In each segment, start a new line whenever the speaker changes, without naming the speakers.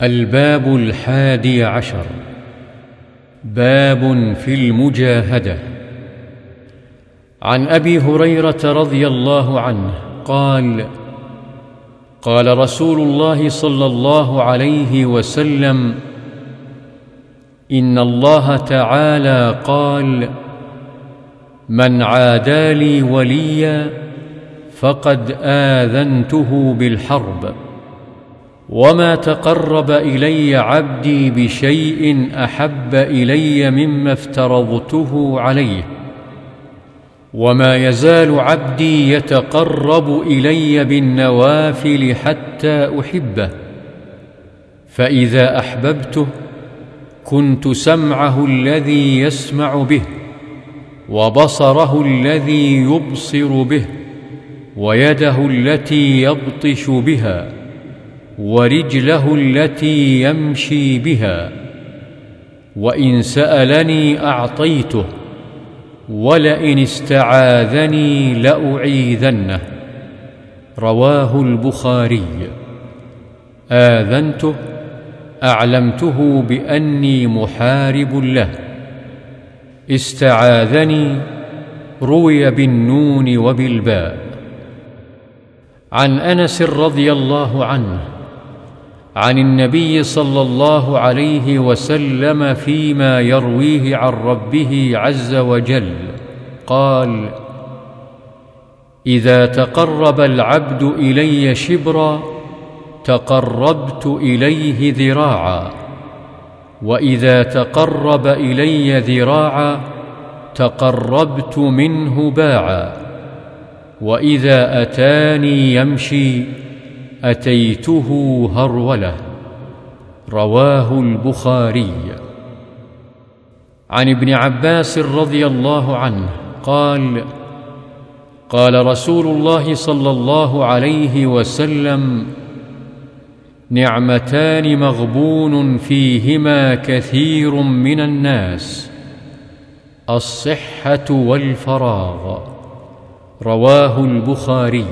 الباب 11. باب في المجاهدة. عن أبي هريرة رضي الله عنه قال: قال رسول الله صلى الله عليه وسلم: إن الله تعالى قال: من عادى لي وليا فقد آذنته بالحرب، وما تقرب إلي عبدي بشيء أحب إلي مما افترضته عليه، وما يزال عبدي يتقرب إلي بالنوافل حتى أحبه، فإذا أحببته كنت سمعه الذي يسمع به، وبصره الذي يبصر به، ويده التي يبطش بها، ورجله التي يمشي بها. وإن سألني أعطيته، ولئن استعاذني لأعيذنه. رواه البخاري. آذنته أعلمته بأني محارب له. استعاذني روي بالنون وبالباء. عن أنس رضي الله عنه عن النبي صلى الله عليه وسلم فيما يرويه عن ربه عز وجل قال: إذا تقرب العبد إلي شبرا تقربت إليه ذراعا، وإذا تقرب إلي ذراعا تقربت منه باعا، وإذا أتاني يمشي أتيته هرولة. رواه البخاري. عن ابن عباس رضي الله عنه قال: قال رسول الله صلى الله عليه وسلم: نعمتان مغبون فيهما كثير من الناس، الصحة والفراغ. رواه البخاري.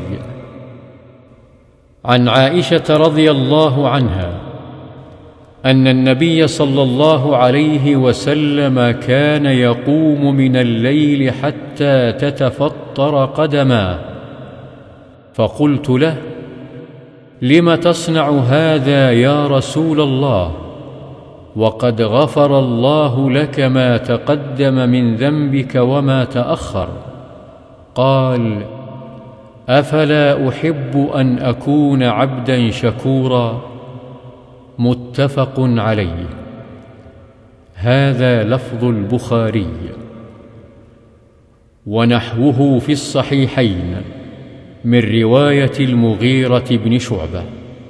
عن عائشة رضي الله عنها أن النبي صلى الله عليه وسلم كان يقوم من الليل حتى تتفطر قدماه، فقلت له: لم تصنع هذا يا رسول الله، وقد غفر الله لك ما تقدم من ذنبك وما تأخر؟ قال: أفلا أحب أن أكون عبدا شكورا. متفق عليه. هذا لفظ البخاري. ونحوه في الصحيحين من رواية المغيرة بن شعبة.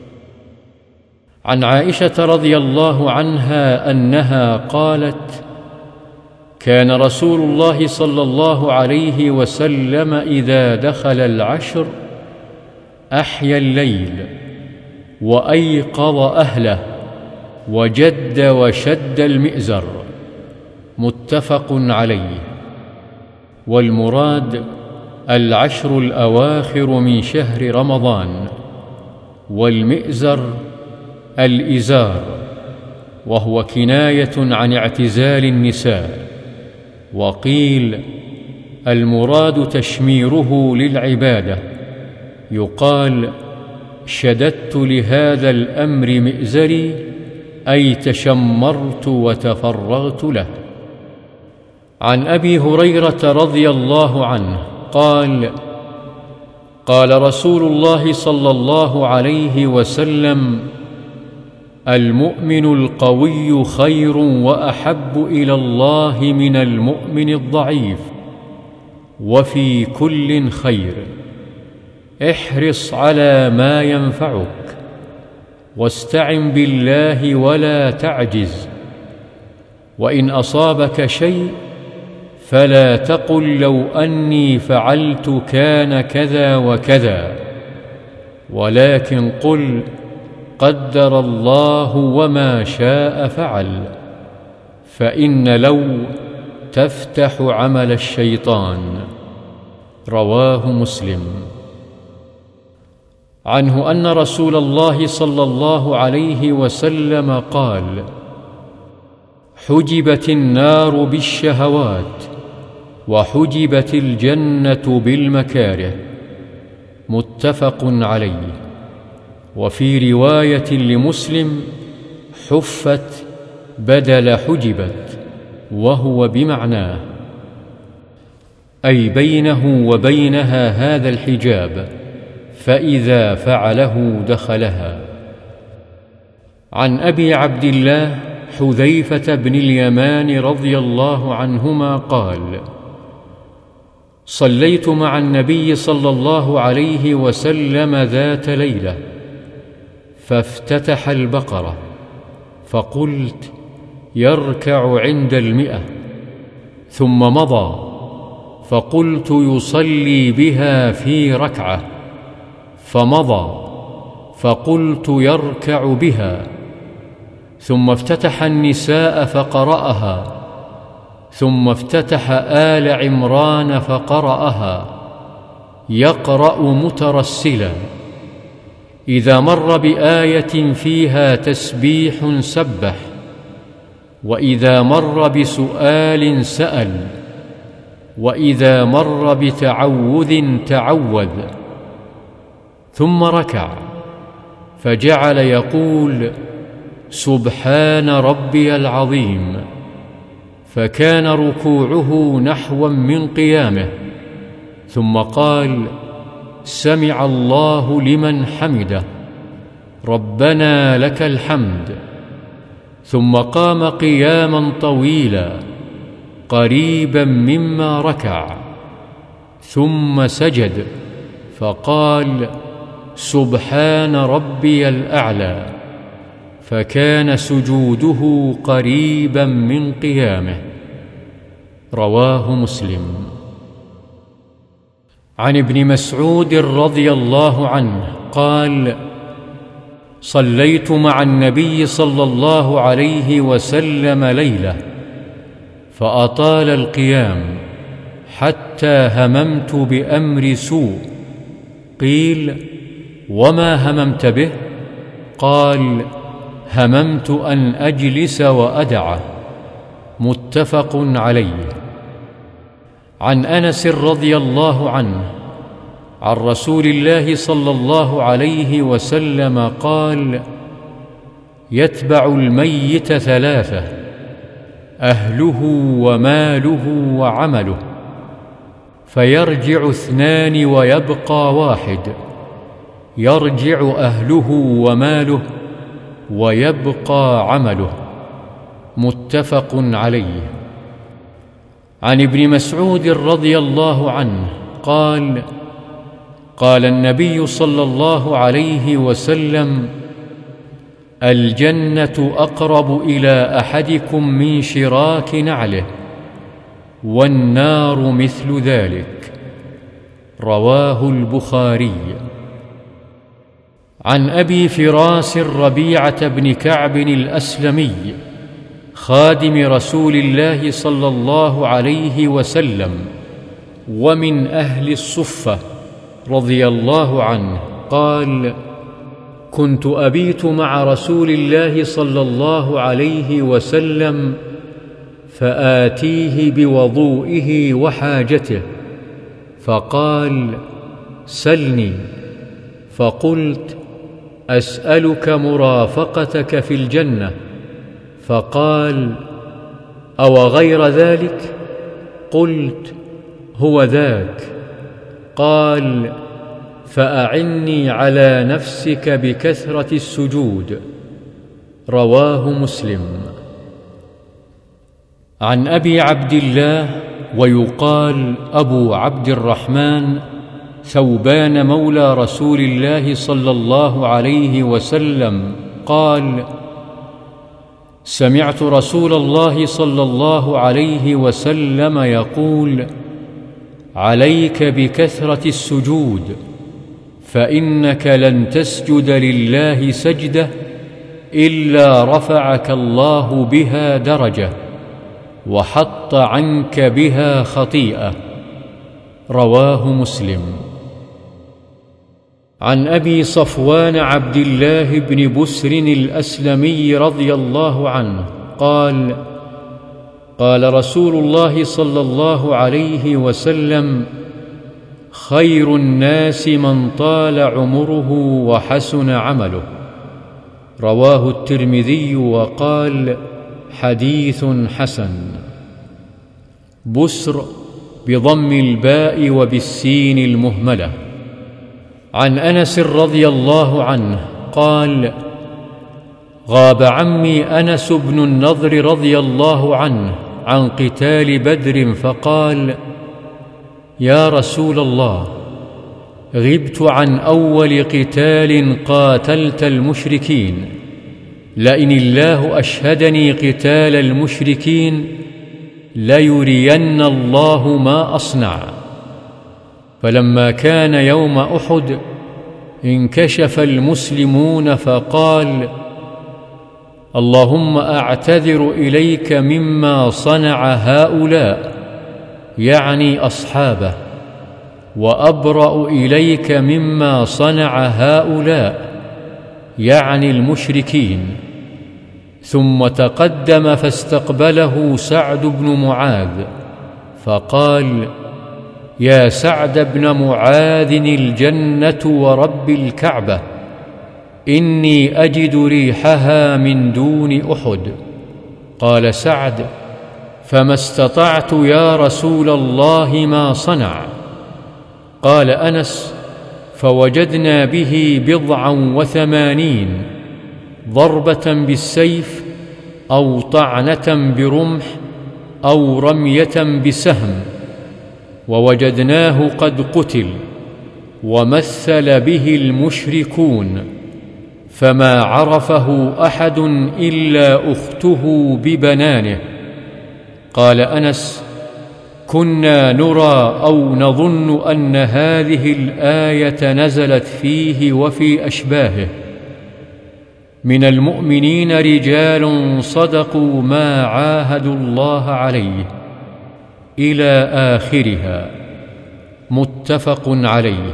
عن عائشة رضي الله عنها أنها قالت: كان رسول الله صلى الله عليه وسلم إذا دخل العشر أحيا الليل وأيقظ أهله وجد وشد المئزر. متفق عليه. والمراد العشر الأواخر من شهر رمضان، والمئزر الإزار، وهو كناية عن اعتزال النساء. وقيل المراد تشميره للعبادة، يقال: شددت لهذا الأمر مئزري، أي تشمرت وتفرغت له. عن أبي هريرة رضي الله عنه قال: قال رسول الله صلى الله عليه وسلم: المؤمن القوي خير وأحب إلى الله من المؤمن الضعيف، وفي كل خير. احرص على ما ينفعك، واستعن بالله ولا تعجز. وإن أصابك شيء فلا تقل لو أني فعلت كان كذا وكذا، ولكن قل قدر الله وما شاء فعل، فإن لو تفتح عمل الشيطان. رواه مسلم. عنه أن رسول الله صلى الله عليه وسلم قال: حجبت النار بالشهوات وحجبت الجنة بالمكاره. متفق عليه. وفي رواية لمسلم: حفت بدل حجبت، وهو بمعناه، أي بينه وبينها هذا الحجاب، فإذا فعله دخلها. عن أبي عبد الله حذيفة بن اليمان رضي الله عنهما قال: صليت مع النبي صلى الله عليه وسلم ذات ليلة، فافتتح البقرة، فقلت: يركع عند 100، ثم مضى، فقلت: يصلي بها في ركعة، فمضى، فقلت: يركع بها، ثم افتتح النساء فقرأها، ثم افتتح آل عمران فقرأها، يقرأ مترسلا، إذا مر بآية فيها تسبيح سبح، وإذا مر بسؤال سأل، وإذا مر بتعوذ تعوذ، ثم ركع، فجعل يقول: سبحان ربي العظيم، فكان ركوعه نحوا من قيامه، ثم قال: سمع الله لمن حمده، ربنا لك الحمد، ثم قام قياما طويلا قريبا مما ركع، ثم سجد، فقال: سبحان ربي الأعلى، فكان سجوده قريبا من قيامه. رواه مسلم. عن ابن مسعود رضي الله عنه قال: صليت مع النبي صلى الله عليه وسلم ليلة، فأطال القيام حتى هممت بأمر سوء. قيل: وما هممت به؟ قال: هممت أن أجلس وأدعه. متفق عليه. عن أنس رضي الله عنه عن رسول الله صلى الله عليه وسلم قال: يتبع الميت 3: أهله وماله وعمله، فيرجع 2 ويبقى 1، يرجع أهله وماله ويبقى عمله. متفق عليه. عن ابن مسعود رضي الله عنه قال: قال النبي صلى الله عليه وسلم: الجنة أقرب إلى أحدكم من شراك نعله، والنار مثل ذلك. رواه البخاري. عن أبي فراس ربيعة بن كعب الأسلمي خادم رسول الله صلى الله عليه وسلم ومن أهل الصفة رضي الله عنه قال: كنت أبيت مع رسول الله صلى الله عليه وسلم، فآتيه بوضوئه وحاجته، فقال: سلني. فقلت: أسألك مرافقتك في الجنة. فقال: أو غير ذلك؟ قلت: هو ذاك. قال: فأعني على نفسك بكثرة السجود. رواه مسلم. عن أبي عبد الله ويقال أبو عبد الرحمن ثوبان مولى رسول الله صلى الله عليه وسلم قال: سمعت رسول الله صلى الله عليه وسلم يقول: عليك بكثرة السجود، فإنك لن تسجد لله سجدة إلا رفعك الله بها درجة وحط عنك بها خطيئة. رواه مسلم. عن أبي صفوان عبد الله بن بسر الأسلمي رضي الله عنه قال: قال رسول الله صلى الله عليه وسلم: خير الناس من طال عمره وحسن عمله. رواه الترمذي وقال: حديث حسن. بسر بضم الباء وبالسين المهملة. عن أنس رضي الله عنه قال: غاب عمي أنس بن النضر رضي الله عنه عن قتال بدر فقال: يا رسول الله، غبت عن أول قتال قاتلت المشركين، لئن الله أشهدني قتال المشركين ليرين الله ما أصنع. فلما كان يوم أحد انكشف المسلمون فقال: اللهم أعتذر إليك مما صنع هؤلاء، يعني أصحابه، وأبرأ إليك مما صنع هؤلاء، يعني المشركين. ثم تقدم فاستقبله سعد بن معاذ فقال: يا سعد بن معاذ، الجنة ورب الكعبة، إني أجد ريحها من دون أحد. قال سعد: فما استطعت يا رسول الله ما صنع. قال أنس: فوجدنا به 89 ضربة بالسيف أو طعنة برمح أو رمية بسهم، ووجدناه قد قتل ومثل به المشركون، فما عرفه أحد إلا أخته ببنانه. قال أنس: كنا نرى أو نظن أن هذه الآية نزلت فيه وفي أشباهه: من المؤمنين رجال صدقوا ما عاهدوا الله عليه، إلى آخرها. متفق عليه.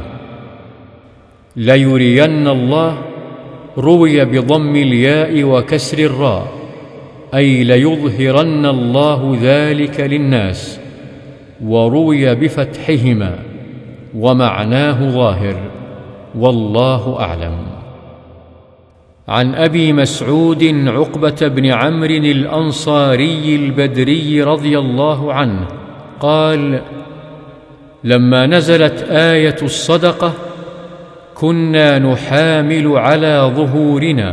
ليرين الله روي بضم الياء وكسر الراء، أي ليظهرن الله ذلك للناس، وروي بفتحهما، ومعناه ظاهر، والله أعلم. عن أبي مسعود عقبة بن عمرو الأنصاري البدري رضي الله عنه قال: لما نزلت آية الصدقة كنا نحامل على ظهورنا،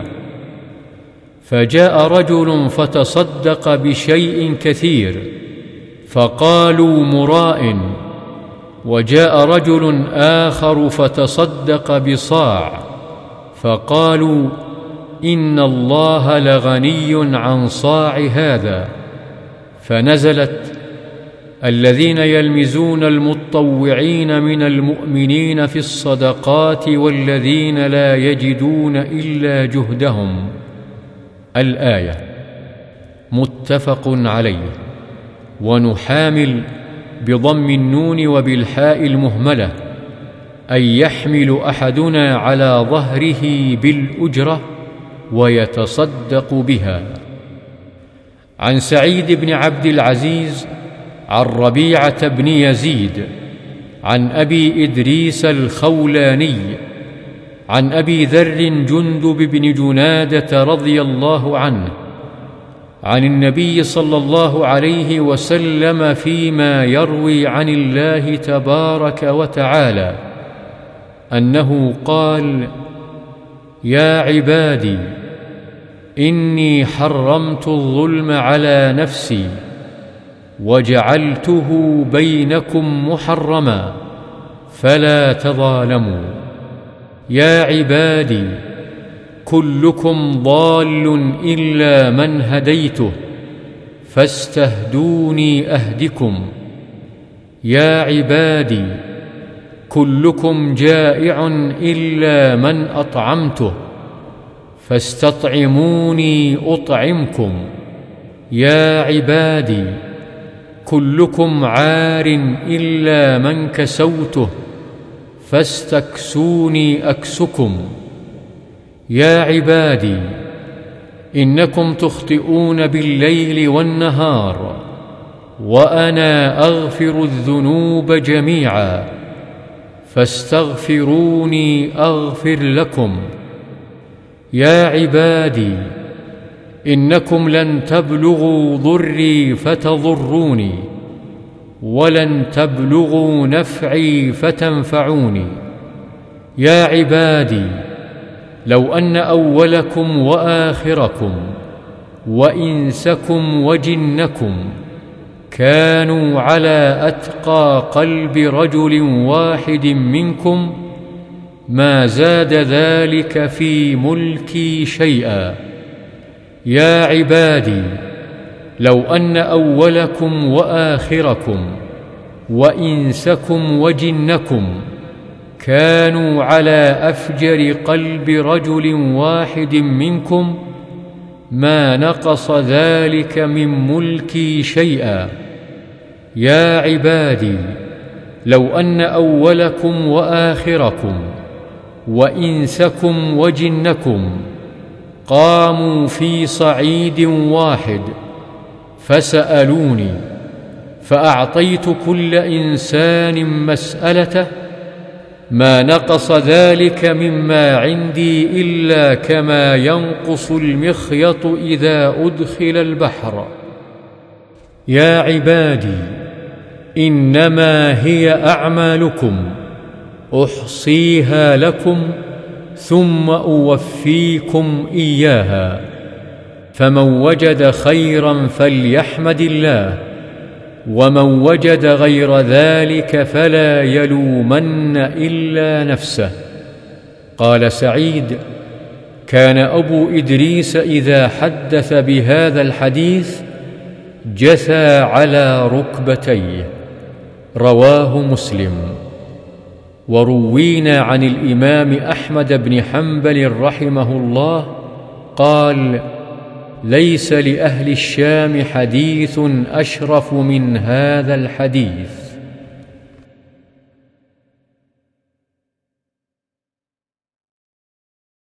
فجاء رجل فتصدق بشيء كثير فقالوا مراء، وجاء رجل آخر فتصدق بصاع فقالوا إن الله لغني عن صاع هذا. فنزلت: الذين يلمزون المتطوعين من المؤمنين في الصدقات والذين لا يجدون إلا جهدهم. الآية. متفق عليه. ونحامل بضم النون وبالحاء المهملة، أي يحمل أحدنا على ظهره بالأجرة ويتصدق بها. عن سعيد بن عبد العزيز عن ربيعة بن يزيد عن أبي إدريس الخولاني عن أبي ذر جندب بن جنادة رضي الله عنه عن النبي صلى الله عليه وسلم فيما يروي عن الله تبارك وتعالى أنه قال: يا عبادي، إني حرمت الظلم على نفسي وجعلته بينكم محرما فلا تظالموا. يا عبادي، كلكم ضال إلا من هديته فاستهدوني أهدكم. يا عبادي، كلكم جائع إلا من أطعمته فاستطعموني أطعمكم. يا عبادي، كلكم عار إلا من كسوته فاستكسوني أكسكم. يا عبادي إنكم تخطئون بالليل والنهار وأنا أغفر الذنوب جميعا، فاستغفروني أغفر لكم. يا عبادي إنكم لن تبلغوا ضري فتضروني، ولن تبلغوا نفعي فتنفعوني. يا عبادي لو أن أولكم وآخركم وإنسكم وجنكم كانوا على أتقى قلب رجل واحد منكم ما زاد ذلك في ملكي شيئا. يا عبادي لو أن أولكم وآخركم وإنسكم وجنكم كانوا على أفجر قلب رجل واحد منكم ما نقص ذلك من ملكي شيئا. يا عبادي لو أن أولكم وآخركم وإنسكم وجنكم قاموا في صعيد واحد فسألوني فأعطيت كل إنسان مسألته ما نقص ذلك مما عندي إلا كما ينقص المخيط إذا أدخل البحر. يا عبادي إنما هي أعمالكم أحصيها لكم ثم أوفيكم إياها، فمن وجد خيرا فليحمد الله، ومن وجد غير ذلك فلا يلومن إلا نفسه. قال سعيد: كان أبو إدريس إذا حدث بهذا الحديث جثى على ركبتيه. رواه مسلم. وروينا عن الإمام أحمد بن حنبل رحمه الله قال: ليس لأهل الشام حديث أشرف من هذا الحديث.